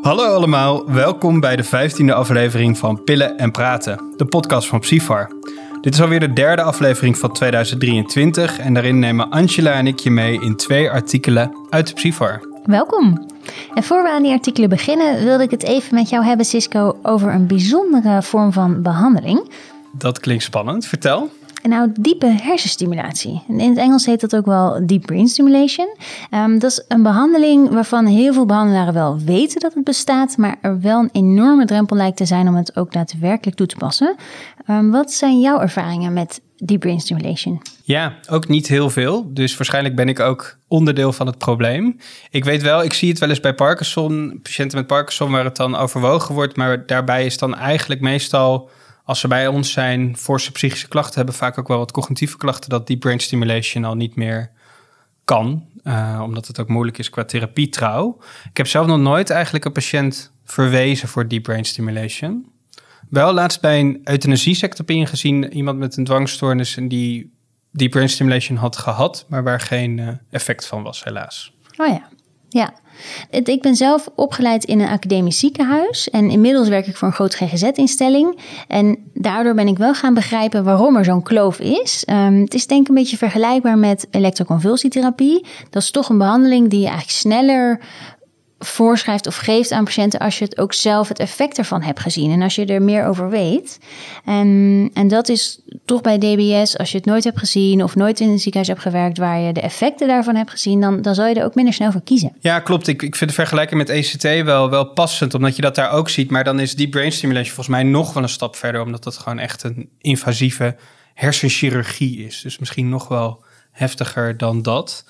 Hallo allemaal, welkom bij de 15e aflevering van Pillen en Praten, de podcast van Psyfar. Dit is alweer de derde aflevering van 2023 en daarin nemen Angela en ik je mee in 2 artikelen uit de Psyfar. Welkom. En voor we aan die artikelen beginnen, wilde ik het even met jou hebben, Sisko, over een bijzondere vorm van behandeling. Dat klinkt spannend, vertel. Nou, diepe hersenstimulatie. In het Engels heet dat ook wel deep brain stimulation. Dat is een behandeling waarvan heel veel behandelaren wel weten dat het bestaat, maar er wel een enorme drempel lijkt te zijn om het ook daadwerkelijk toe te passen. Wat zijn jouw ervaringen met deep brain stimulation? Ja, ook niet heel veel. Dus waarschijnlijk ben ik ook onderdeel van het probleem. Ik weet wel, ik zie het wel eens bij Parkinson, patiënten met Parkinson, waar het dan overwogen wordt. Maar daarbij is dan eigenlijk meestal, als ze bij ons zijn, forse psychische klachten hebben, vaak ook wel wat cognitieve klachten, dat deep brain stimulation al niet meer kan. Omdat het ook moeilijk is qua therapietrouw. Ik heb zelf nog nooit eigenlijk een patiënt verwezen voor deep brain stimulation. Wel laatst bij een euthanasiesectopie gezien, iemand met een dwangstoornis en die deep brain stimulation had gehad, maar waar geen effect van was, helaas. Oh ja. Ik ben zelf opgeleid in een academisch ziekenhuis en inmiddels werk ik voor een grote GGZ-instelling. En daardoor ben ik wel gaan begrijpen waarom er zo'n kloof is. Het is denk ik een beetje vergelijkbaar met elektroconvulsietherapie. Dat is toch een behandeling die je eigenlijk sneller voorschrijft of geeft aan patiënten als je het ook zelf het effect ervan hebt gezien en als je er meer over weet. En dat is toch bij DBS, als je het nooit hebt gezien of nooit in een ziekenhuis hebt gewerkt waar je de effecten daarvan hebt gezien, dan zal je er ook minder snel voor kiezen. Ja, klopt. Ik vind de vergelijking met ECT wel passend, omdat je dat daar ook ziet. Maar dan is deep brain stimulation volgens mij nog wel een stap verder, omdat dat gewoon echt een invasieve hersenchirurgie is. Dus misschien nog wel heftiger dan dat.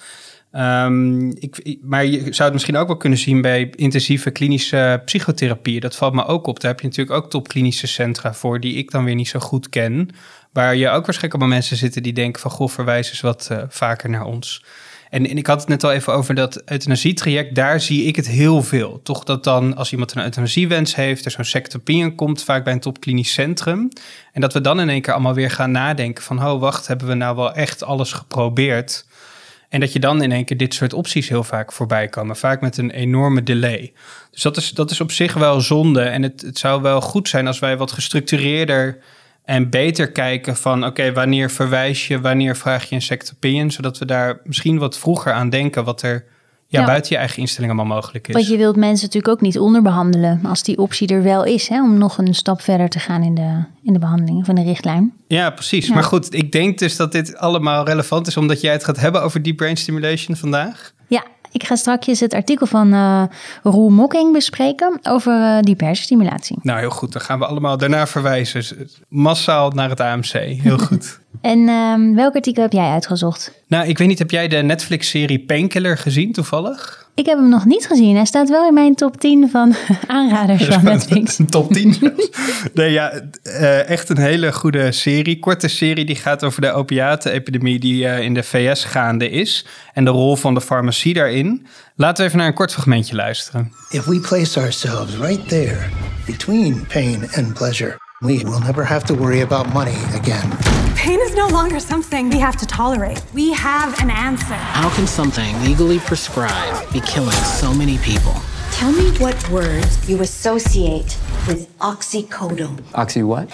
Maar je zou het misschien ook wel kunnen zien bij intensieve klinische psychotherapie. Dat valt me ook op. Daar heb je natuurlijk ook topklinische centra voor, die ik dan weer niet zo goed ken. Waar je ook waarschijnlijk allemaal mensen zitten die denken van, goh, verwijs eens wat vaker naar ons. En ik had het net al even over dat euthanasietraject. Daar zie ik het heel veel. Toch dat dan, als iemand een euthanasiewens heeft, er zo'n sectopie in komt, vaak bij een topklinisch centrum. En dat we dan in één keer allemaal weer gaan nadenken van, oh wacht, hebben we nou wel echt alles geprobeerd? En dat je dan in één keer dit soort opties heel vaak voorbij komen. Vaak met een enorme delay. Dus dat is op zich wel zonde. En het zou wel goed zijn als wij wat gestructureerder en beter kijken van, oké, wanneer verwijs je, wanneer vraag je een second opinion, zodat we daar misschien wat vroeger aan denken wat er buiten je eigen instelling allemaal mogelijk is. Want je wilt mensen natuurlijk ook niet onderbehandelen als die optie er wel is, hè, om nog een stap verder te gaan in de behandeling van de richtlijn. Ja, precies. Ja. Maar goed, ik denk dus dat dit allemaal relevant is, omdat jij het gaat hebben over deep brain stimulation vandaag. Ja, ik ga straks het artikel van Roel Mokking bespreken over diepe hersenstimulatie. Nou, heel goed. Dan gaan we allemaal daarna verwijzen. Massaal naar het AMC. Heel goed. En welk artikel heb jij uitgezocht? Nou, ik weet niet, heb jij de Netflix-serie Painkiller gezien toevallig? Ik heb hem nog niet gezien. Hij staat wel in mijn top 10 van aanraders van Netflix. Top 10? Nee, ja, echt een hele goede serie. Korte serie die gaat over de opiatenepidemie die in de VS gaande is. En de rol van de farmacie daarin. Laten we even naar een kort fragmentje luisteren. If we place ourselves right there, between pain and pleasure, we will never have to worry about money again. Pain is no longer something we have to tolerate. We have an answer. How can something legally prescribed be killing so many people? Tell me what words you associate with oxycodone. Oxy what?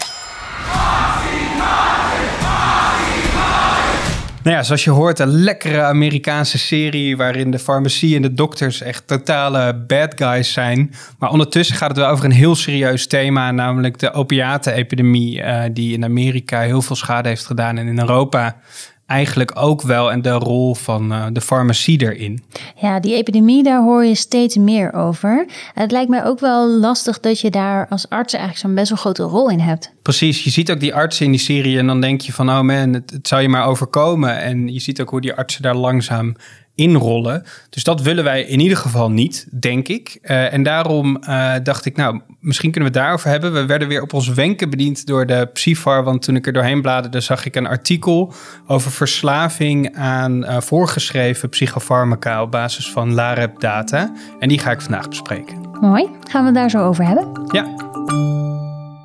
Nou ja, zoals je hoort, een lekkere Amerikaanse serie waarin de farmacie en de dokters echt totale bad guys zijn. Maar ondertussen gaat het wel over een heel serieus thema, namelijk de opiatenepidemie die in Amerika heel veel schade heeft gedaan en in Europa eigenlijk ook wel, en de rol van de farmacie erin. Ja, die epidemie, daar hoor je steeds meer over. Het lijkt mij ook wel lastig dat je daar als arts eigenlijk zo'n best wel grote rol in hebt. Precies, je ziet ook die artsen in die serie en dan denk je van, oh man, het zou je maar overkomen. En je ziet ook hoe die artsen daar langzaam inrollen. Dus dat willen wij in ieder geval niet, denk ik. En daarom dacht ik, nou, misschien kunnen we het daarover hebben. We werden weer op ons wenken bediend door de Psyfar, want toen ik er doorheen bladerde, zag ik een artikel over verslaving aan voorgeschreven psychofarmaca op basis van LAREP-data. En die ga ik vandaag bespreken. Mooi, gaan we het daar zo over hebben? Ja.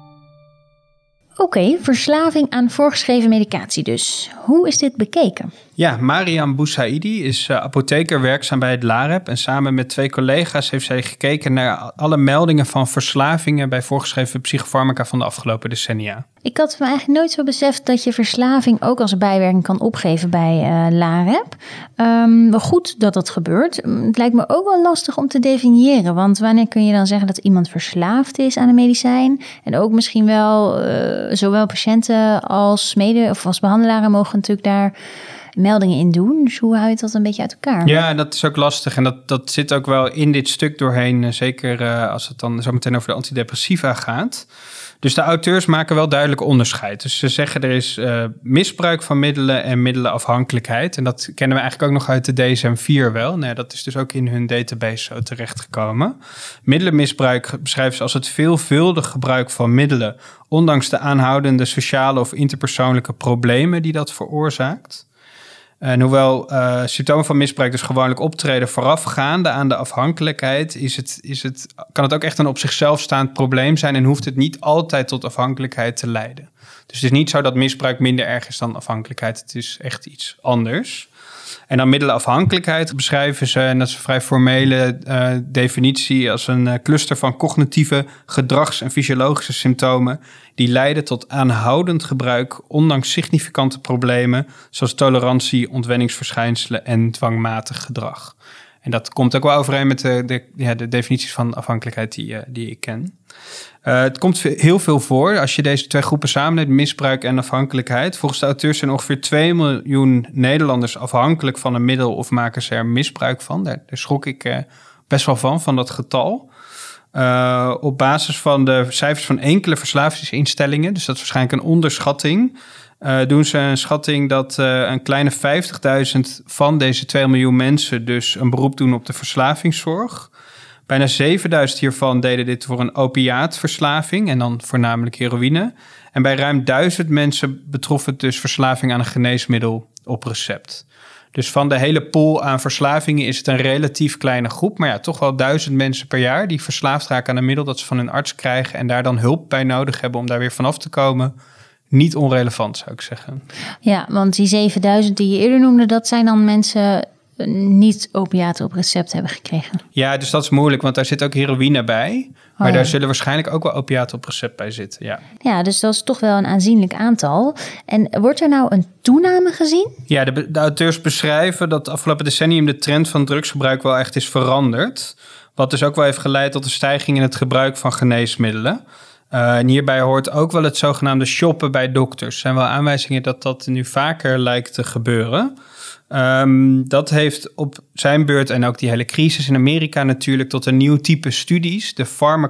Oké, verslaving aan voorgeschreven medicatie dus. Hoe is dit bekeken? Ja, Mariam Boussaidi is apotheker werkzaam bij het LAREP. En samen met 2 collega's heeft zij gekeken naar alle meldingen van verslavingen bij voorgeschreven psychofarmaca van de afgelopen decennia. Ik had me eigenlijk nooit zo beseft dat je verslaving ook als bijwerking kan opgeven bij LAREP. Wel goed dat dat gebeurt. Het lijkt me ook wel lastig om te definiëren. Want wanneer kun je dan zeggen dat iemand verslaafd is aan een medicijn? En ook misschien wel zowel patiënten als of als behandelaren mogen natuurlijk daar meldingen in doen. Dus hoe hou je dat een beetje uit elkaar? Ja, dat is ook lastig. En dat zit ook wel in dit stuk doorheen. Zeker als het dan zo meteen over de antidepressiva gaat. Dus de auteurs maken wel duidelijk onderscheid. Dus ze zeggen er is misbruik van middelen en middelenafhankelijkheid. En dat kennen we eigenlijk ook nog uit de DSM-4 wel. Nou, dat is dus ook in hun database zo terechtgekomen. Middelenmisbruik beschrijven ze als het veelvuldig gebruik van middelen, ondanks de aanhoudende sociale of interpersoonlijke problemen die dat veroorzaakt. En hoewel symptomen van misbruik dus gewoonlijk optreden voorafgaande aan de afhankelijkheid, kan het ook echt een op zichzelf staand probleem zijn en hoeft het niet altijd tot afhankelijkheid te leiden. Dus het is niet zo dat misbruik minder erg is dan afhankelijkheid. Het is echt iets anders. En dan middelenafhankelijkheid beschrijven ze, en dat is een vrij formele definitie, als een cluster van cognitieve, gedrags- en fysiologische symptomen die leiden tot aanhoudend gebruik, ondanks significante problemen, zoals tolerantie, ontwenningsverschijnselen en dwangmatig gedrag. En dat komt ook wel overeen met de definities van afhankelijkheid die ik ken. Het komt heel veel voor als je deze 2 groepen samenneemt, misbruik en afhankelijkheid. Volgens de auteurs zijn ongeveer 2 miljoen Nederlanders afhankelijk van een middel of maken ze er misbruik van. Daar schrok ik best wel van dat getal. Op basis van de cijfers van enkele verslavingsinstellingen, dus dat is waarschijnlijk een onderschatting, doen ze een schatting dat een kleine 50.000 van deze 2 miljoen mensen dus een beroep doen op de verslavingszorg. Bijna 7.000 hiervan deden dit voor een opiaatverslaving en dan voornamelijk heroïne. En bij ruim 1000 mensen betrof het dus verslaving aan een geneesmiddel op recept. Dus van de hele pool aan verslavingen is het een relatief kleine groep, maar ja, toch wel 1000 mensen per jaar die verslaafd raken aan een middel dat ze van hun arts krijgen en daar dan hulp bij nodig hebben om daar weer vanaf te komen. Niet onrelevant, zou ik zeggen. Ja, want die 7000 die je eerder noemde, dat zijn dan mensen niet opiaten op recept hebben gekregen. Ja, dus dat is moeilijk, want daar zit ook heroïne bij. Maar daar zullen waarschijnlijk ook wel opiaten op recept bij zitten, Ja, dus dat is toch wel een aanzienlijk aantal. En wordt er nou een toename gezien? Ja, de auteurs beschrijven dat afgelopen decennium de trend van drugsgebruik wel echt is veranderd. Wat dus ook wel heeft geleid tot een stijging in het gebruik van geneesmiddelen. En hierbij hoort ook wel het zogenaamde shoppen bij dokters. Er zijn wel aanwijzingen dat dat nu vaker lijkt te gebeuren. Dat heeft op zijn beurt en ook die hele crisis in Amerika natuurlijk tot een nieuw type studies, de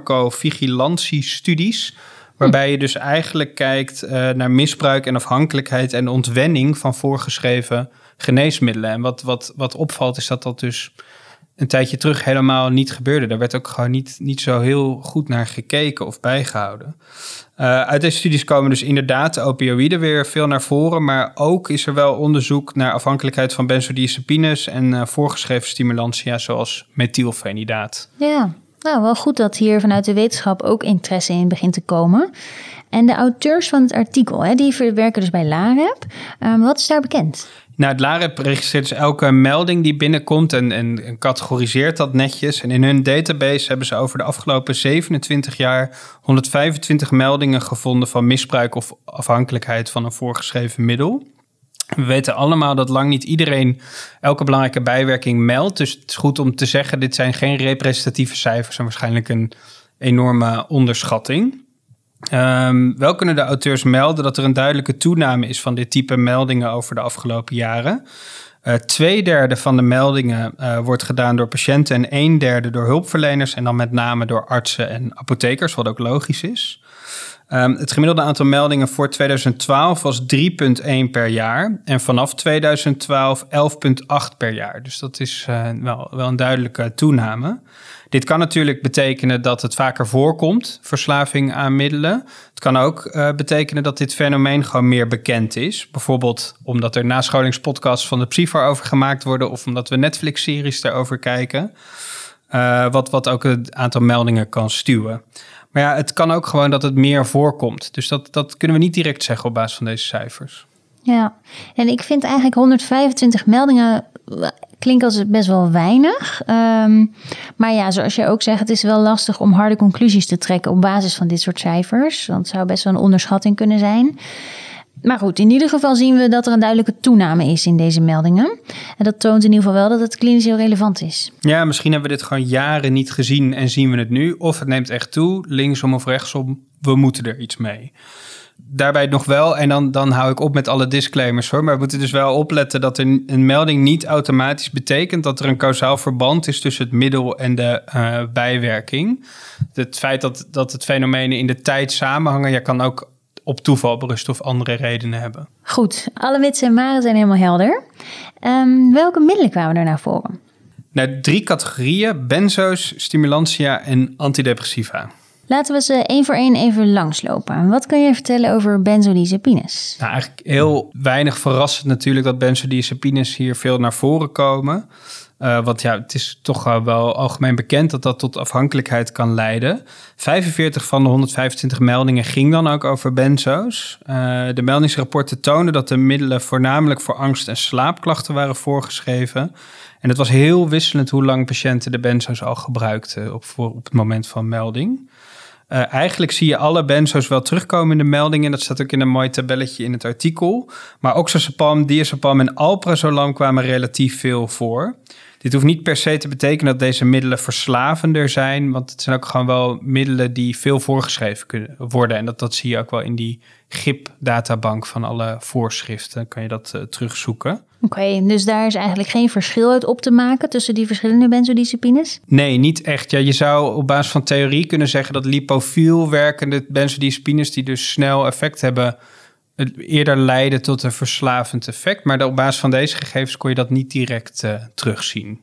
farmacovigilantie-studies, waarbij je dus eigenlijk kijkt naar misbruik en afhankelijkheid en ontwenning van voorgeschreven geneesmiddelen. En wat opvalt is dat dat dus een tijdje terug helemaal niet gebeurde. Daar werd ook gewoon niet zo heel goed naar gekeken of bijgehouden. Uit deze studies komen dus inderdaad de opioïden weer veel naar voren, maar ook is er wel onderzoek naar afhankelijkheid van benzodiazepines en voorgeschreven stimulantia zoals methylfenidaat. Ja, nou wel goed dat hier vanuit de wetenschap ook interesse in begint te komen. En de auteurs van het artikel, die werken dus bij LAREP. Wat is daar bekend? Nou, het LAREP registreert dus elke melding die binnenkomt en categoriseert dat netjes. En in hun database hebben ze over de afgelopen 27 jaar 125 meldingen gevonden van misbruik of afhankelijkheid van een voorgeschreven middel. We weten allemaal dat lang niet iedereen elke belangrijke bijwerking meldt. Dus het is goed om te zeggen, dit zijn geen representatieve cijfers en waarschijnlijk een enorme onderschatting. Wel kunnen de auteurs melden dat er een duidelijke toename is van dit type meldingen over de afgelopen jaren. 2/3 van de meldingen wordt gedaan door patiënten en 1/3 door hulpverleners en dan met name door artsen en apothekers, wat ook logisch is. Het gemiddelde aantal meldingen voor 2012 was 3,1 per jaar en vanaf 2012 11,8 per jaar. Dus dat is wel een duidelijke toename. Dit kan natuurlijk betekenen dat het vaker voorkomt, verslaving aan middelen. Het kan ook betekenen dat dit fenomeen gewoon meer bekend is. Bijvoorbeeld omdat er nascholingspodcasts van de Psyfar over gemaakt worden of omdat we Netflix-series daarover kijken. Wat ook het aantal meldingen kan stuwen. Maar ja, het kan ook gewoon dat het meer voorkomt. Dus dat kunnen we niet direct zeggen op basis van deze cijfers. Ja, en ik vind eigenlijk 125 meldingen klinkt als best wel weinig. Maar ja, zoals je ook zegt, het is wel lastig om harde conclusies te trekken op basis van dit soort cijfers. Want het zou best wel een onderschatting kunnen zijn. Maar goed, in ieder geval zien we dat er een duidelijke toename is in deze meldingen. En dat toont in ieder geval wel dat het klinisch heel relevant is. Ja, misschien hebben we dit gewoon jaren niet gezien en zien we het nu. Of het neemt echt toe, linksom of rechtsom, we moeten er iets mee. Daarbij nog wel, en dan hou ik op met alle disclaimers hoor. Maar we moeten dus wel opletten dat een melding niet automatisch betekent dat er een kausaal verband is tussen het middel en de bijwerking. Het feit dat het fenomenen in de tijd samenhangen, kan ook op toeval berusten of andere redenen hebben. Goed, alle mits en maren zijn helemaal helder. Welke middelen kwamen er naar voren? Nou, 3 categorieën: benzo's, stimulantia en antidepressiva. Laten we ze één voor één even langslopen. Wat kun je vertellen over benzodiazepines? Nou, eigenlijk heel weinig verrassend natuurlijk dat benzodiazepines hier veel naar voren komen. Want het is toch wel algemeen bekend dat dat tot afhankelijkheid kan leiden. 45 van de 125 meldingen ging dan ook over benzo's. De meldingsrapporten tonen dat de middelen voornamelijk voor angst- en slaapklachten waren voorgeschreven. En het was heel wisselend hoe lang patiënten de benzo's al gebruikten op het moment van melding. Eigenlijk zie je alle benzo's wel terugkomen in de meldingen. Dat staat ook in een mooi tabelletje in het artikel. Maar oxazepam, diazepam en alprazolam kwamen relatief veel voor. Dit hoeft niet per se te betekenen dat deze middelen verslavender zijn. Want het zijn ook gewoon wel middelen die veel voorgeschreven kunnen worden. En dat zie je ook wel in die GIP-databank van alle voorschriften. Kan je dat terugzoeken. Oké, dus daar is eigenlijk geen verschil uit op te maken tussen die verschillende benzodiazepines? Nee, niet echt. Ja, je zou op basis van theorie kunnen zeggen dat lipofiel werkende benzodiazepines die dus snel effect hebben, eerder leiden tot een verslavend effect. Maar op basis van deze gegevens kon je dat niet direct terugzien.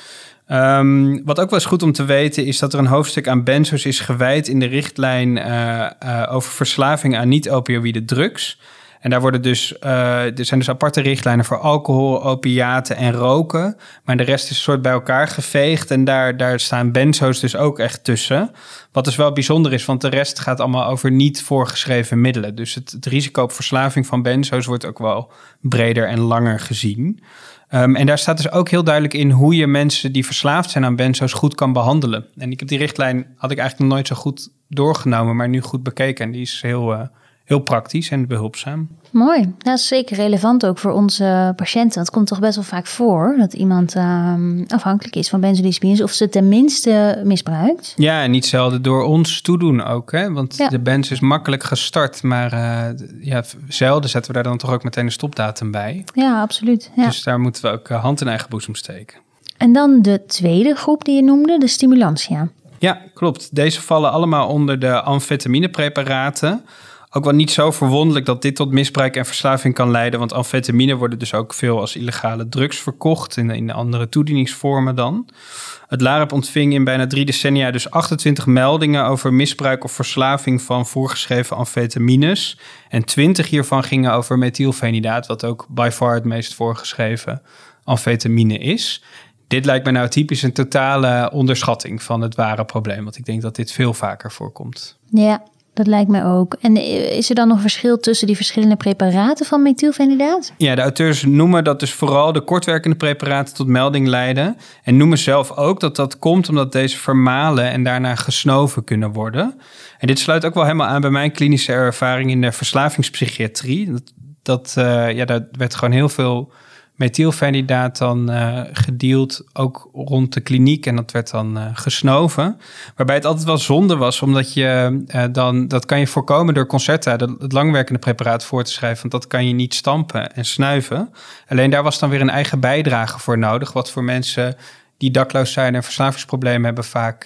Wat ook wel eens goed om te weten is dat er een hoofdstuk aan benzo's is gewijd in de richtlijn over verslaving aan niet-opioïde drugs. En daar worden er zijn dus aparte richtlijnen voor alcohol, opiaten en roken. Maar de rest is een soort bij elkaar geveegd. En daar staan benzo's dus ook echt tussen. Wat dus wel bijzonder is, want de rest gaat allemaal over niet voorgeschreven middelen. Dus het risico op verslaving van benzo's wordt ook wel breder en langer gezien. En daar staat dus ook heel duidelijk in hoe je mensen die verslaafd zijn aan benzo's goed kan behandelen. En ik heb die richtlijn, had ik eigenlijk nog nooit zo goed doorgenomen, maar nu goed bekeken. En die is heel praktisch en behulpzaam. Mooi. Dat is zeker relevant ook voor onze patiënten. Het komt toch best wel vaak voor dat iemand afhankelijk is van benzodiazepines of ze tenminste misbruikt. Ja, en niet zelden door ons toedoen ook. Hè? Want de benzo is makkelijk gestart, maar zelden zetten we daar dan toch ook meteen een stopdatum bij. Ja, absoluut. Ja. Dus daar moeten we ook hand in eigen boezem steken. En dan de tweede groep die je noemde, de stimulantia. Ja, klopt. Deze vallen allemaal onder de amfetaminepreparaten. Ook wel niet zo verwonderlijk dat dit tot misbruik en verslaving kan leiden. Want amfetamine worden dus ook veel als illegale drugs verkocht. In andere toedieningsvormen dan. Het LAREP ontving in bijna 3 decennia dus 28 meldingen over misbruik of verslaving van voorgeschreven amfetamines. En 20 hiervan gingen over methylfenidaat, wat ook by far het meest voorgeschreven amfetamine is. Dit lijkt me nou typisch een totale onderschatting van het ware probleem. Want ik denk dat dit veel vaker voorkomt. Ja, dat lijkt mij ook. En is er dan nog verschil tussen die verschillende preparaten van methylfenidaat? Ja, de auteurs noemen dat dus vooral de kortwerkende preparaten tot melding leiden. En noemen zelf ook dat komt omdat deze vermalen en daarna gesnoven kunnen worden. En dit sluit ook wel helemaal aan bij mijn klinische ervaring in de verslavingspsychiatrie. Daar werd gewoon heel veel methylfenidaat dan gedeeld, ook rond de kliniek. En dat werd dan gesnoven. Waarbij het altijd wel zonde was, omdat dat kan je voorkomen door Concerta, het langwerkende preparaat, voor te schrijven. Want dat kan je niet stampen en snuiven. Alleen daar was dan weer een eigen bijdrage voor nodig. Wat voor mensen die dakloos zijn en verslavingsproblemen hebben vaak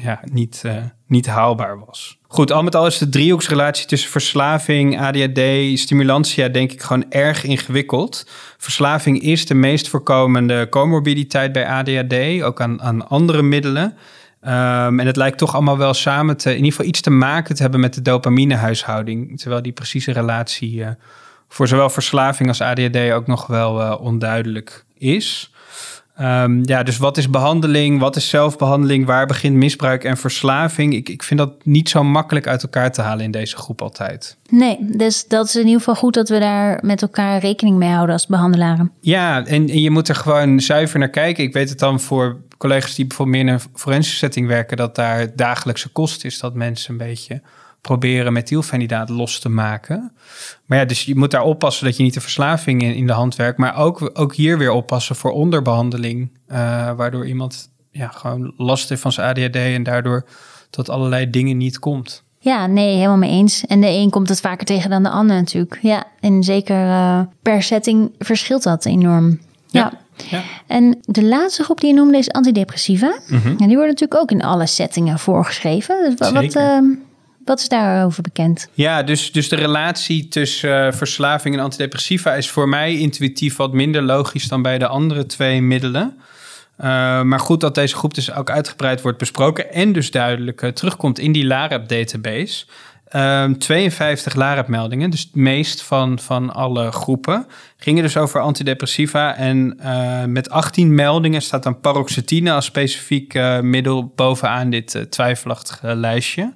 niet haalbaar was. Goed, al met al is de driehoeksrelatie tussen verslaving, ADHD, stimulantia denk ik gewoon erg ingewikkeld. Verslaving is de meest voorkomende comorbiditeit bij ADHD, ook aan andere middelen. En het lijkt toch allemaal wel samen in ieder geval iets te maken te hebben met de dopaminehuishouding. Terwijl die precieze relatie voor zowel verslaving als ADHD ook nog wel onduidelijk is. Dus wat is behandeling? Wat is zelfbehandeling? Waar begint misbruik en verslaving? Ik vind dat niet zo makkelijk uit elkaar te halen in deze groep altijd. Nee, dus dat is in ieder geval goed dat we daar met elkaar rekening mee houden als behandelaren. Ja, en je moet er gewoon zuiver naar kijken. Ik weet het dan voor collega's die bijvoorbeeld meer in een forensische setting werken, dat daar dagelijkse kost is dat mensen een beetje proberen methylfenidaat los te maken. Maar ja, dus je moet daar oppassen dat je niet de verslaving in de hand werkt, maar ook hier weer oppassen voor onderbehandeling, waardoor iemand gewoon last heeft van zijn ADHD en daardoor tot allerlei dingen niet komt. Ja, nee, helemaal mee eens. En de een komt het vaker tegen dan de ander natuurlijk. Ja, en zeker per setting verschilt dat enorm. Ja. En de laatste groep die je noemde is antidepressiva. Mm-hmm. En die worden natuurlijk ook in alle settingen voorgeschreven. Dus wat is daarover bekend? Ja, dus de relatie tussen verslaving en antidepressiva is voor mij intuïtief wat minder logisch dan bij de andere 2 middelen. Maar goed dat deze groep dus ook uitgebreid wordt besproken en dus duidelijk terugkomt in die LAREP-database. 52 LAREP-meldingen, dus het meest van alle groepen, gingen dus over antidepressiva. En met 18 meldingen staat dan paroxetine als specifiek middel bovenaan dit twijfelachtige lijstje.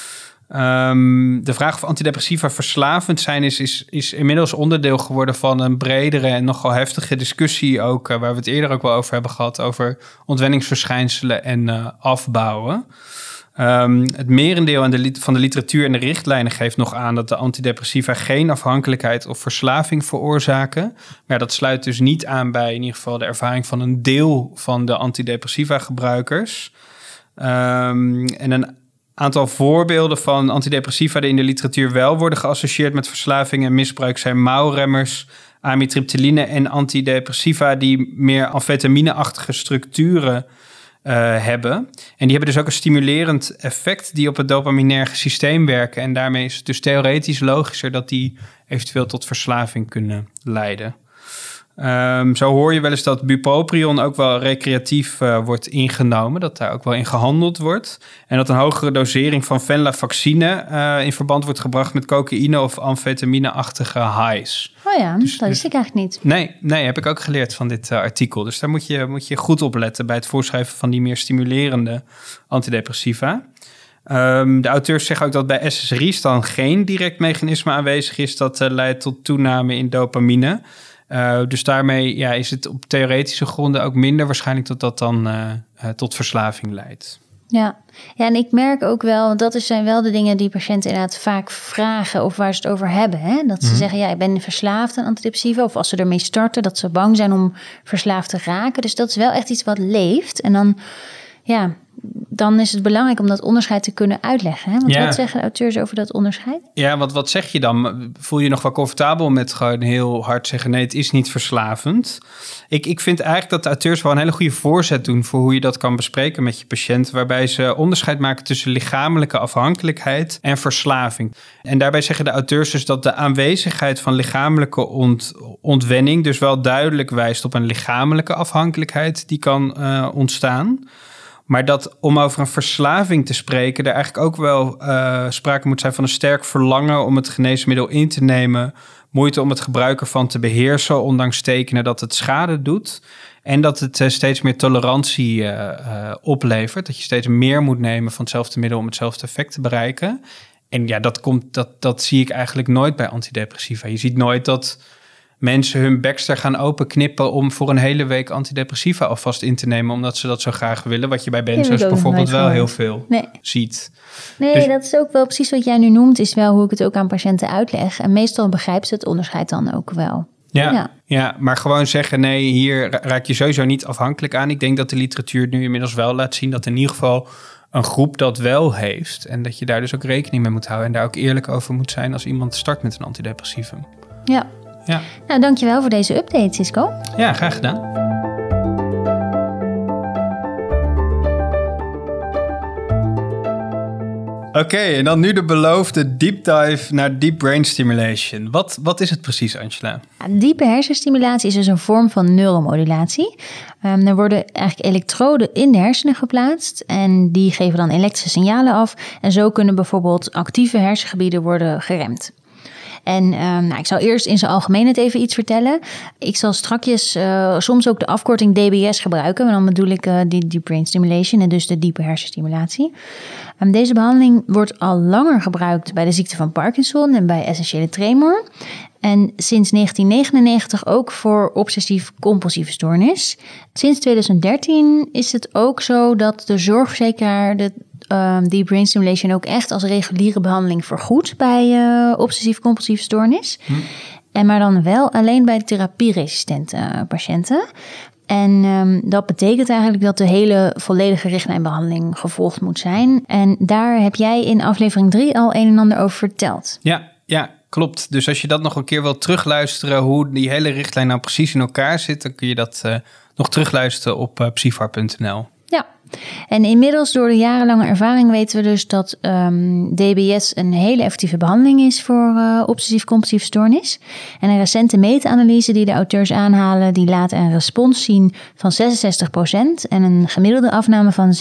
De vraag of antidepressiva verslavend zijn is inmiddels onderdeel geworden van een bredere en nogal heftige discussie ook, waar we het eerder ook wel over hebben gehad, over ontwenningsverschijnselen en afbouwen. Het merendeel van de literatuur en de richtlijnen geeft nog aan dat de antidepressiva geen afhankelijkheid of verslaving veroorzaken. Maar dat sluit dus niet aan bij in ieder geval de ervaring van een deel van de antidepressiva gebruikers. En een aantal voorbeelden van antidepressiva die in de literatuur wel worden geassocieerd met verslaving en misbruik zijn mouwremmers, amitriptyline en antidepressiva die meer amfetamine-achtige structuren hebben. En die hebben dus ook een stimulerend effect die op het dopaminerge systeem werken. En daarmee is het dus theoretisch logischer dat die eventueel tot verslaving kunnen leiden. Zo hoor je wel eens dat bupropion ook wel recreatief wordt ingenomen. Dat daar ook wel in gehandeld wordt. En dat een hogere dosering van venlafaxine in verband wordt gebracht met cocaïne of amfetamine-achtige highs. Oh ja, dat wist ik eigenlijk niet. Nee, heb ik ook geleerd van dit artikel. Dus daar moet je goed op letten bij het voorschrijven van die meer stimulerende antidepressiva. De auteurs zeggen ook dat bij SSRI's dan geen direct mechanisme aanwezig is dat leidt tot toename in dopamine. Dus daarmee is het op theoretische gronden ook minder waarschijnlijk dat dat dan tot verslaving leidt. Ja, en ik merk ook wel, dat zijn wel de dingen die patiënten inderdaad vaak vragen of waar ze het over hebben. Hè? Dat ze zeggen, ik ben verslaafd aan antidepressiva. Of als ze ermee starten, dat ze bang zijn om verslaafd te raken. Dus dat is wel echt iets wat leeft. En dan is het belangrijk om dat onderscheid te kunnen uitleggen. Hè? Want wat zeggen de auteurs over dat onderscheid? Ja, wat zeg je dan? Voel je nog wel comfortabel met gewoon heel hard zeggen, nee, het is niet verslavend? Ik vind eigenlijk dat de auteurs wel een hele goede voorzet doen voor hoe je dat kan bespreken met je patiënt, waarbij ze onderscheid maken tussen lichamelijke afhankelijkheid en verslaving. En daarbij zeggen de auteurs dus dat de aanwezigheid van lichamelijke ontwenning dus wel duidelijk wijst op een lichamelijke afhankelijkheid die kan ontstaan. Maar dat om over een verslaving te spreken, er eigenlijk ook wel sprake moet zijn van een sterk verlangen om het geneesmiddel in te nemen, moeite om het gebruik ervan te beheersen, ondanks tekenen dat het schade doet. En dat het steeds meer tolerantie oplevert. Dat je steeds meer moet nemen van hetzelfde middel om hetzelfde effect te bereiken. En dat zie ik eigenlijk nooit bij antidepressiva. Je ziet nooit dat mensen hun bekster gaan openknippen om voor een hele week antidepressiva alvast in te nemen, omdat ze dat zo graag willen. Wat je bij benzo's bijvoorbeeld wel heel veel ziet. Nee, dus dat is ook wel precies wat jij nu noemt, is wel hoe ik het ook aan patiënten uitleg. En meestal begrijpen ze het onderscheid dan ook wel. Ja, maar gewoon zeggen, nee, hier raak je sowieso niet afhankelijk aan. Ik denk dat de literatuur nu inmiddels wel laat zien dat in ieder geval een groep dat wel heeft. En dat je daar dus ook rekening mee moet houden en daar ook eerlijk over moet zijn als iemand start met een antidepressivum. Ja. Nou, dankjewel voor deze update, Cisco. Ja, graag gedaan. Oké, en dan nu de beloofde deep dive naar deep brain stimulation. Wat is het precies, Angela? Diepe hersenstimulatie is dus een vorm van neuromodulatie. Er worden eigenlijk elektroden in de hersenen geplaatst en die geven dan elektrische signalen af. En zo kunnen bijvoorbeeld actieve hersengebieden worden geremd. En ik zal eerst in zijn algemeenheid even iets vertellen. Ik zal strakjes soms ook de afkorting DBS gebruiken. Maar dan bedoel ik die deep brain stimulation en dus de diepe hersenstimulatie. Deze behandeling wordt al langer gebruikt bij de ziekte van Parkinson en bij essentiële tremor. En sinds 1999 ook voor obsessief-compulsieve stoornis. Sinds 2013 is het ook zo dat de zorgverzekeraar die brain stimulation ook echt als reguliere behandeling vergoedt bij obsessief-compulsieve stoornis. En maar dan wel alleen bij therapieresistente patiënten. En dat betekent eigenlijk dat de hele volledige richtlijnbehandeling gevolgd moet zijn. En daar heb jij in aflevering 3 al een en ander over verteld. Ja, klopt. Dus als je dat nog een keer wilt terugluisteren, hoe die hele richtlijn nou precies in elkaar zit, dan kun je dat nog terugluisteren op psyfar.nl. Ja, en inmiddels door de jarenlange ervaring weten we dus dat DBS een hele effectieve behandeling is voor obsessief-compulsieve stoornis. En een recente meta-analyse die de auteurs aanhalen, die laat een respons zien van 66% en een gemiddelde afname van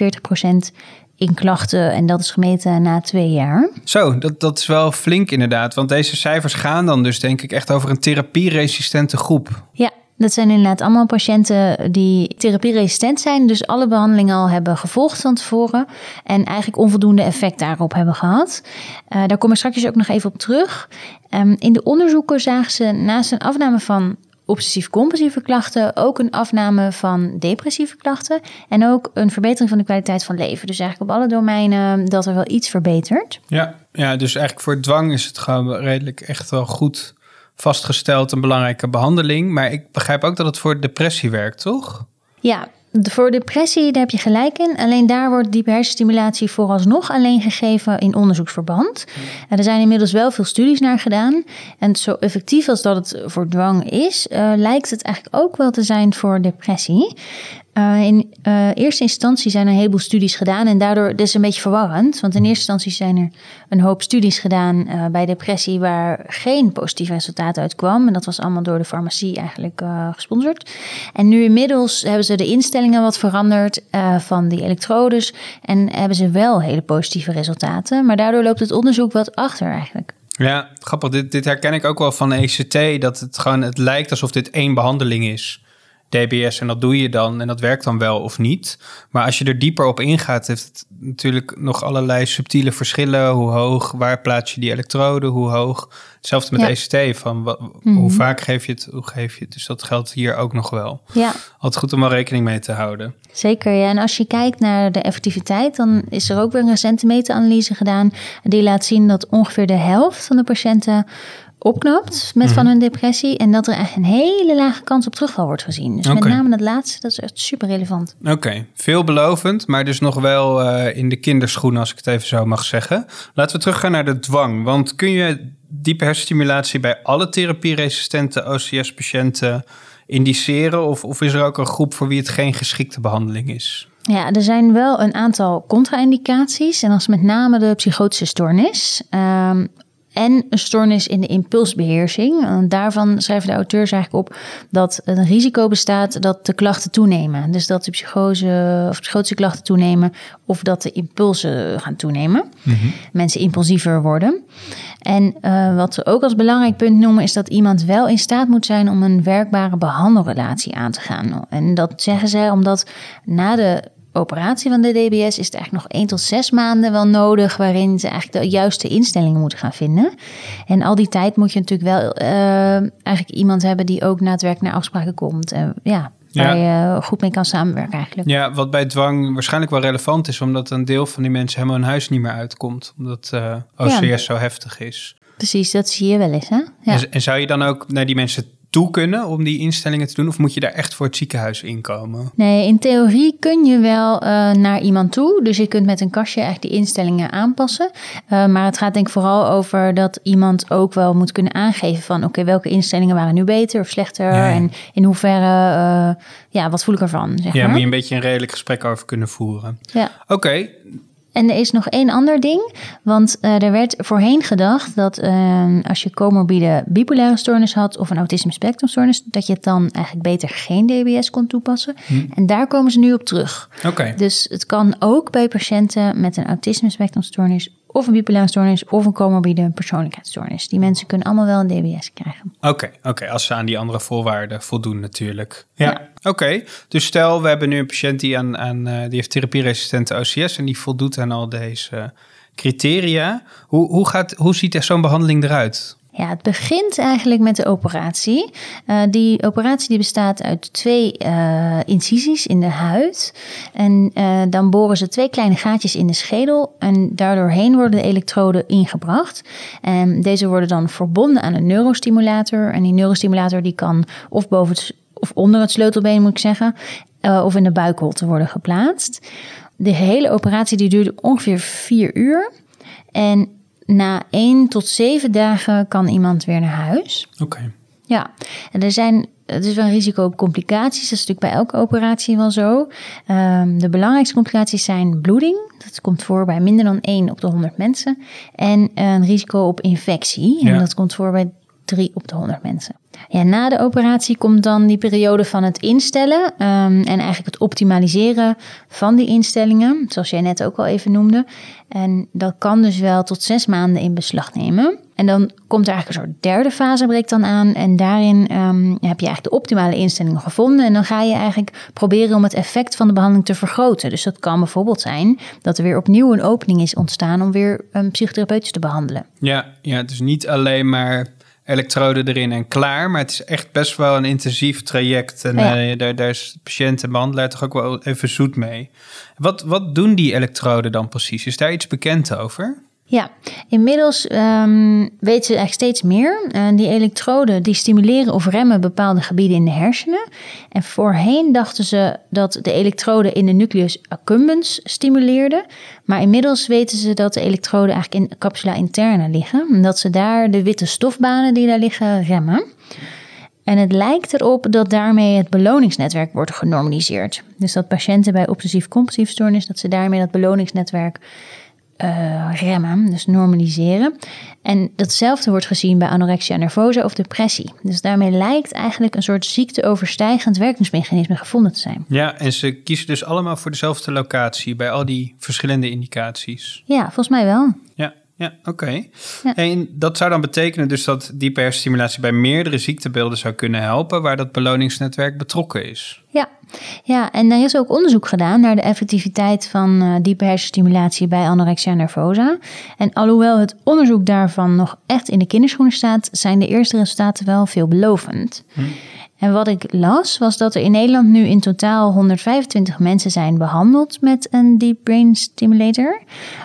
47% in klachten. En dat is gemeten na 2 jaar. Zo, dat is wel flink inderdaad. Want deze cijfers gaan dan dus denk ik echt over een therapieresistente groep. Ja. Dat zijn inderdaad allemaal patiënten die therapieresistent zijn. Dus alle behandelingen al hebben gevolgd van tevoren. En eigenlijk onvoldoende effect daarop hebben gehad. Daar kom ik straks ook nog even op terug. In de onderzoeken zagen ze naast een afname van obsessief-compulsieve klachten ook een afname van depressieve klachten. En ook een verbetering van de kwaliteit van leven. Dus eigenlijk op alle domeinen dat er wel iets verbetert. Ja, dus eigenlijk voor dwang is het gewoon redelijk echt wel goed vastgesteld een belangrijke behandeling. Maar ik begrijp ook dat het voor depressie werkt, toch? Ja, voor depressie, daar heb je gelijk in. Alleen daar wordt diepe hersenstimulatie vooralsnog alleen gegeven in onderzoeksverband. En er zijn inmiddels wel veel studies naar gedaan. En zo effectief als dat het voor dwang is, lijkt het eigenlijk ook wel te zijn voor depressie. In eerste instantie zijn er een heleboel studies gedaan en daardoor is het een beetje verwarrend. Want in eerste instantie zijn er een hoop studies gedaan bij depressie waar geen positief resultaat uitkwam. En dat was allemaal door de farmacie eigenlijk gesponsord. En nu inmiddels hebben ze de instellingen wat veranderd van die elektrodes en hebben ze wel hele positieve resultaten. Maar daardoor loopt het onderzoek wat achter eigenlijk. Ja, grappig. Dit herken ik ook wel van ECT, dat het lijkt alsof dit 1 behandeling is. DBS en dat doe je dan en dat werkt dan wel of niet. Maar als je er dieper op ingaat, heeft het natuurlijk nog allerlei subtiele verschillen. Hoe hoog, waar plaats je die elektroden, hoe hoog. Hetzelfde met ECT, van hoe vaak geef je het, hoe geef je het. Dus dat geldt hier ook nog wel. Ja. Altijd goed om wel rekening mee te houden. Zeker, ja. En als je kijkt naar de effectiviteit, dan is er ook weer een recente meta-analyse gedaan. Die laat zien dat ongeveer de helft van de patiënten opknapt met van hun depressie. En dat er echt een hele lage kans op terugval wordt gezien. Dus met name dat laatste, dat is echt super relevant. Oké, veelbelovend, maar dus nog wel in de kinderschoenen, als ik het even zo mag zeggen. Laten we teruggaan naar de dwang. Want kun je diepe hersenstimulatie bij alle therapieresistente OCS-patiënten indiceren? Of is er ook een groep voor wie het geen geschikte behandeling is? Ja, er zijn wel een aantal contra-indicaties. En dat is met name de psychotische stoornis. En een stoornis in de impulsbeheersing. Daarvan schrijven de auteurs eigenlijk op dat een risico bestaat dat de klachten toenemen. Dus dat de psychose of psychotische klachten toenemen of dat de impulsen gaan toenemen. Mensen impulsiever worden. En wat we ook als belangrijk punt noemen is dat iemand wel in staat moet zijn om een werkbare behandelrelatie aan te gaan. En dat zeggen ze omdat na de operatie van de DBS is het eigenlijk nog 1 tot 6 maanden wel nodig, waarin ze eigenlijk de juiste instellingen moeten gaan vinden. En al die tijd moet je natuurlijk wel eigenlijk iemand hebben die ook na het werk naar afspraken komt. Waar je goed mee kan samenwerken eigenlijk. Ja, wat bij dwang waarschijnlijk wel relevant is, omdat een deel van die mensen helemaal hun huis niet meer uitkomt. Omdat OCS zo heftig is. Precies, dat zie je wel eens, hè? Ja. En zou je dan ook naar die mensen toe kunnen om die instellingen te doen? Of moet je daar echt voor het ziekenhuis inkomen? Nee, in theorie kun je wel naar iemand toe. Dus je kunt met een kastje eigenlijk die instellingen aanpassen. Maar het gaat denk ik vooral over dat iemand ook wel moet kunnen aangeven van oké, welke instellingen waren nu beter of slechter? Ja. En in hoeverre, wat voel ik ervan? Zeg maar. Moet je een beetje een redelijk gesprek over kunnen voeren. Ja. Oké. En er is nog 1 ander ding, want er werd voorheen gedacht dat als je comorbide bipolaire stoornis had of een autisme spectrumstoornis, dat je het dan eigenlijk beter geen DBS kon toepassen. En daar komen ze nu op terug. Okay. Dus het kan ook bij patiënten met een autisme spectrumstoornis of een bipolaire stoornis of een comorbide persoonlijkheidsstoornis. Die mensen kunnen allemaal wel een DBS krijgen. Oké, als ze aan die andere voorwaarden voldoen natuurlijk. Ja. Oké, dus stel we hebben nu een patiënt die die heeft therapieresistente OCS en die voldoet aan al deze criteria. Hoe ziet zo'n behandeling eruit? Ja, het begint eigenlijk met de operatie. Die operatie die bestaat uit 2 incisies in de huid. En dan boren ze 2 kleine gaatjes in de schedel. En daardoorheen worden de elektroden ingebracht. En deze worden dan verbonden aan een neurostimulator. En die neurostimulator die kan of of onder het sleutelbeen, moet ik zeggen, of in de buikholte worden geplaatst. De hele operatie die duurt ongeveer 4 uur. En na 1 tot 7 dagen kan iemand weer naar huis. Oké. Ja, en het is wel een risico op complicaties. Dat is natuurlijk bij elke operatie wel zo. De belangrijkste complicaties zijn bloeding. Dat komt voor bij minder dan 1 op de 100 mensen. En een risico op infectie. En dat komt voor bij 3 op de 100 mensen. Ja, na de operatie komt dan die periode van het instellen en eigenlijk het optimaliseren van die instellingen, zoals jij net ook al even noemde. En dat kan dus wel tot 6 maanden in beslag nemen. En dan komt er eigenlijk een soort derde fase breekt dan aan en daarin heb je eigenlijk de optimale instellingen gevonden en dan ga je eigenlijk proberen om het effect van de behandeling te vergroten. Dus dat kan bijvoorbeeld zijn dat er weer opnieuw een opening is ontstaan om weer psychotherapeutisch te behandelen. Ja, dus niet alleen maar elektroden erin en klaar. Maar het is echt best wel een intensief traject. En daar is de patiënt en behandelaar toch ook wel even zoet mee. Wat doen die elektroden dan precies? Is daar iets bekend over? Ja, inmiddels weten ze eigenlijk steeds meer. Die elektroden die stimuleren of remmen bepaalde gebieden in de hersenen. En voorheen dachten ze dat de elektroden in de nucleus accumbens stimuleerden. Maar inmiddels weten ze dat de elektroden eigenlijk in capsula interna liggen. En dat ze daar de witte stofbanen die daar liggen remmen. En het lijkt erop dat daarmee het beloningsnetwerk wordt genormaliseerd. Dus dat patiënten bij obsessief-compulsief stoornis, dat ze daarmee dat beloningsnetwerk remmen, dus normaliseren. En datzelfde wordt gezien bij anorexia nervosa of depressie. Dus daarmee lijkt eigenlijk een soort ziekteoverstijgend werkingsmechanisme gevonden te zijn. Ja, en ze kiezen dus allemaal voor dezelfde locatie bij al die verschillende indicaties. Ja, volgens mij wel. Ja, oké. Ja. En dat zou dan betekenen dus dat diepe hersenstimulatie bij meerdere ziektebeelden zou kunnen helpen waar dat beloningsnetwerk betrokken is. Ja, en er is ook onderzoek gedaan naar de effectiviteit van diepe hersenstimulatie bij anorexia nervosa. En alhoewel het onderzoek daarvan nog echt in de kinderschoenen staat, zijn de eerste resultaten wel veelbelovend. En wat ik las, was dat er in Nederland nu in totaal 125 mensen zijn behandeld met een deep brain stimulator.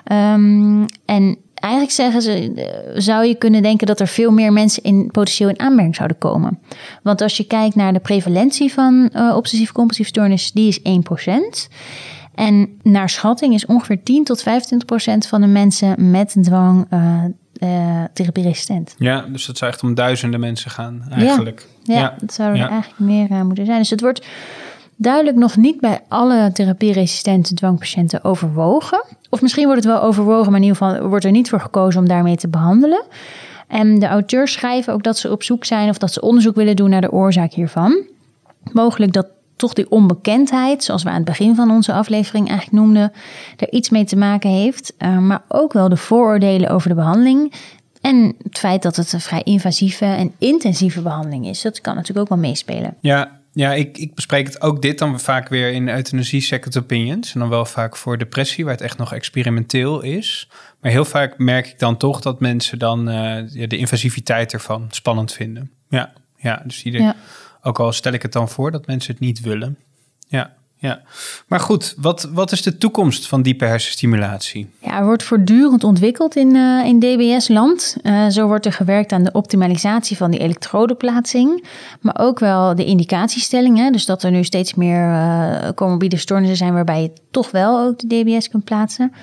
En eigenlijk zeggen ze, zou je kunnen denken dat er veel meer mensen potentieel in aanmerking zouden komen. Want als je kijkt naar de prevalentie van obsessief-compulsief stoornis, die is 1%. En naar schatting is ongeveer 10 tot 25% van de mensen met een dwang therapieresistent. Ja, dus dat zou echt om duizenden mensen gaan eigenlijk. Ja, dat zouden er eigenlijk meer moeten zijn. Dus het wordt duidelijk nog niet bij alle therapieresistente dwangpatiënten overwogen. Of misschien wordt het wel overwogen, maar in ieder geval wordt er niet voor gekozen om daarmee te behandelen. En de auteurs schrijven ook dat ze op zoek zijn of dat ze onderzoek willen doen naar de oorzaak hiervan. Mogelijk dat toch die onbekendheid, zoals we aan het begin van onze aflevering eigenlijk noemden, er iets mee te maken heeft. Maar ook wel de vooroordelen over de behandeling. En het feit dat het een vrij invasieve en intensieve behandeling is. Dat kan natuurlijk ook wel meespelen. Ja, ik bespreek het ook dit dan vaak weer in euthanasie second opinions. En dan wel vaak voor depressie, waar het echt nog experimenteel is. Maar heel vaak merk ik dan toch dat mensen dan de invasiviteit ervan spannend vinden. Ja, dus ook al stel ik het dan voor dat mensen het niet willen. Ja. Maar goed, wat is de toekomst van diepe hersenstimulatie? Ja, er wordt voortdurend ontwikkeld in DBS-land. Zo wordt er gewerkt aan de optimalisatie van die elektrodenplaatsing. Maar ook wel de indicatiestelling. Hè? Dus dat er nu steeds meer comorbide stoornissen zijn waarbij je toch wel ook de DBS kunt plaatsen.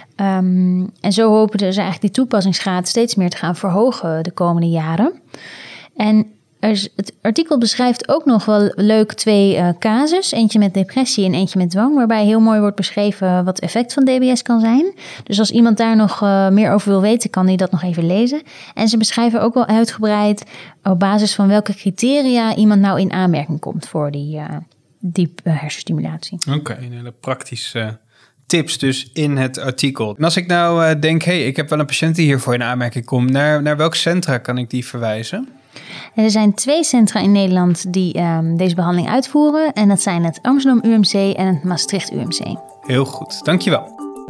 En zo hopen ze eigenlijk die toepassingsgraad steeds meer te gaan verhogen de komende jaren. En het artikel beschrijft ook nog wel leuk 2 casus. Eentje met depressie en eentje met dwang. Waarbij heel mooi wordt beschreven wat het effect van DBS kan zijn. Dus als iemand daar nog meer over wil weten, kan hij dat nog even lezen. En ze beschrijven ook wel uitgebreid op basis van welke criteria iemand nou in aanmerking komt voor die diepe hersenstimulatie. Oké, een hele praktische tips dus in het artikel. En als ik nou denk, ik heb wel een patiënt die hiervoor in aanmerking komt, naar welk centra kan ik die verwijzen? Er zijn 2 centra in Nederland die deze behandeling uitvoeren. En dat zijn het Amsterdam UMC en het Maastricht UMC. Heel goed, dankjewel.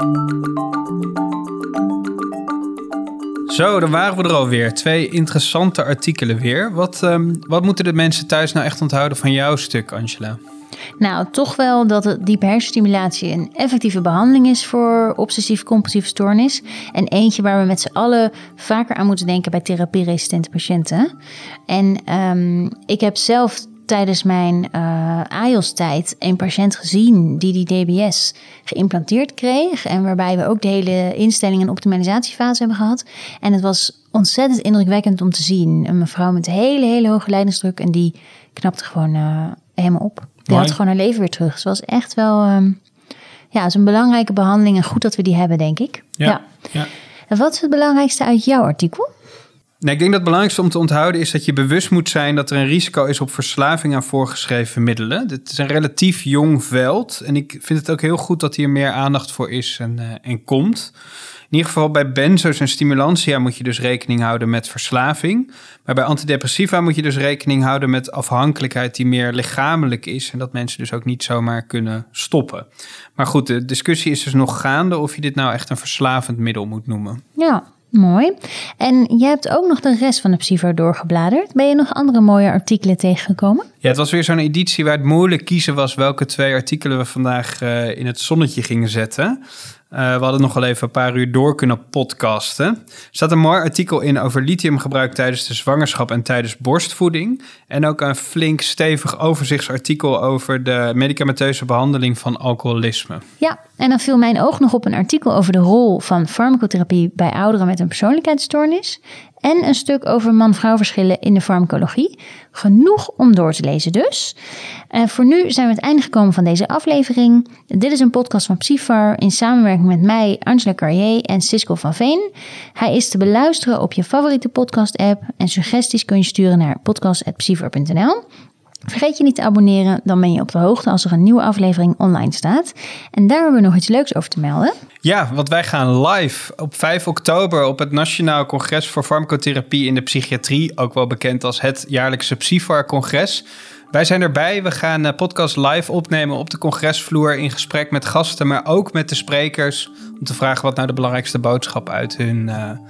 Zo, dan waren we er alweer. 2 interessante artikelen weer. Wat moeten de mensen thuis nou echt onthouden van jouw stuk, Angela? Nou, toch wel dat de diepe hersenstimulatie een effectieve behandeling is voor obsessief-compulsieve stoornis. En eentje waar we met z'n allen vaker aan moeten denken bij therapieresistente patiënten. En ik heb zelf tijdens mijn AIOS-tijd een patiënt gezien die DBS geïmplanteerd kreeg. En waarbij we ook de hele instelling en optimalisatiefase hebben gehad. En het was ontzettend indrukwekkend om te zien. Een mevrouw met hele hoge lijdensdruk en die knapte gewoon helemaal op. Die had gewoon haar leven weer terug. Dus het was echt wel het is een belangrijke behandeling en goed dat we die hebben, denk ik. Ja. En wat is het belangrijkste uit jouw artikel? Nee, ik denk dat het belangrijkste om te onthouden is dat je bewust moet zijn dat er een risico is op verslaving aan voorgeschreven middelen. Het is een relatief jong veld en ik vind het ook heel goed dat hier meer aandacht voor is en komt. In ieder geval bij benzo's en stimulantia moet je dus rekening houden met verslaving. Maar bij antidepressiva moet je dus rekening houden met afhankelijkheid die meer lichamelijk is. En dat mensen dus ook niet zomaar kunnen stoppen. Maar goed, de discussie is dus nog gaande of je dit nou echt een verslavend middel moet noemen. Ja, mooi. En jij hebt ook nog de rest van de Psivar doorgebladerd. Ben je nog andere mooie artikelen tegengekomen? Ja, het was weer zo'n editie waar het moeilijk kiezen was welke 2 artikelen we vandaag in het zonnetje gingen zetten. We hadden nog wel even een paar uur door kunnen podcasten. Er staat een mooi artikel in over lithiumgebruik tijdens de zwangerschap en tijdens borstvoeding. En ook een flink stevig overzichtsartikel over de medicamenteuze behandeling van alcoholisme. Ja, en dan viel mijn oog nog op een artikel over de rol van farmacotherapie bij ouderen met een persoonlijkheidsstoornis. En een stuk over man-vrouw verschillen in de farmacologie. Genoeg om door te lezen dus. Voor nu zijn we aan het einde gekomen van deze aflevering. Dit is een podcast van Psivar in samenwerking met mij, Angela Carrier en Sisko van Veen. Hij is te beluisteren op je favoriete podcast-app. En suggesties kun je sturen naar podcast@psivar.nl. Vergeet je niet te abonneren, dan ben je op de hoogte als er een nieuwe aflevering online staat. En daar hebben we nog iets leuks over te melden. Ja, want wij gaan live op 5 oktober op het Nationaal Congres voor Farmacotherapie in de Psychiatrie, ook wel bekend als het jaarlijkse Psivar-congres. Wij zijn erbij. We gaan podcast live opnemen op de congresvloer in gesprek met gasten, maar ook met de sprekers, om te vragen wat nou de belangrijkste boodschap uit hun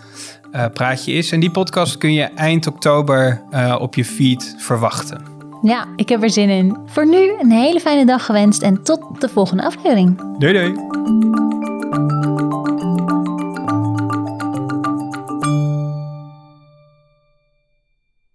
praatje is. En die podcast kun je eind oktober op je feed verwachten. Ja, ik heb er zin in. Voor nu een hele fijne dag gewenst en tot de volgende aflevering. Doei doei.